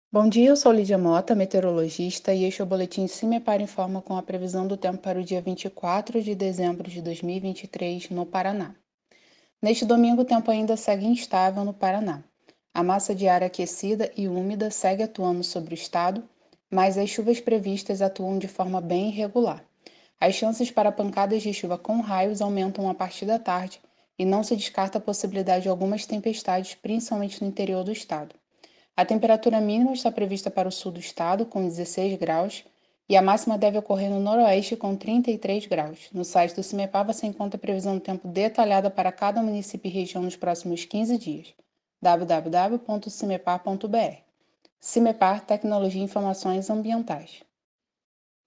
Bom dia, eu sou Lídia Mota, meteorologista, e este é o boletim CIMEPAR Informa com a previsão do tempo para o dia 24 de dezembro de 2023 no Paraná. Neste domingo, o tempo ainda segue instável no Paraná. A massa de ar aquecida e úmida segue atuando sobre o estado, mas as chuvas previstas atuam de forma bem irregular. As chances para pancadas de chuva com raios aumentam a partir da tarde e não se descarta a possibilidade de algumas tempestades, principalmente no interior do estado. A temperatura mínima está prevista para o sul do estado, com 16 graus, e a máxima deve ocorrer no noroeste, com 33 graus. No site do CIMEPAR você encontra a previsão do tempo detalhada para cada município e região nos próximos 15 dias. www.cimepar.br. CIMEPAR Tecnologia e Informações Ambientais.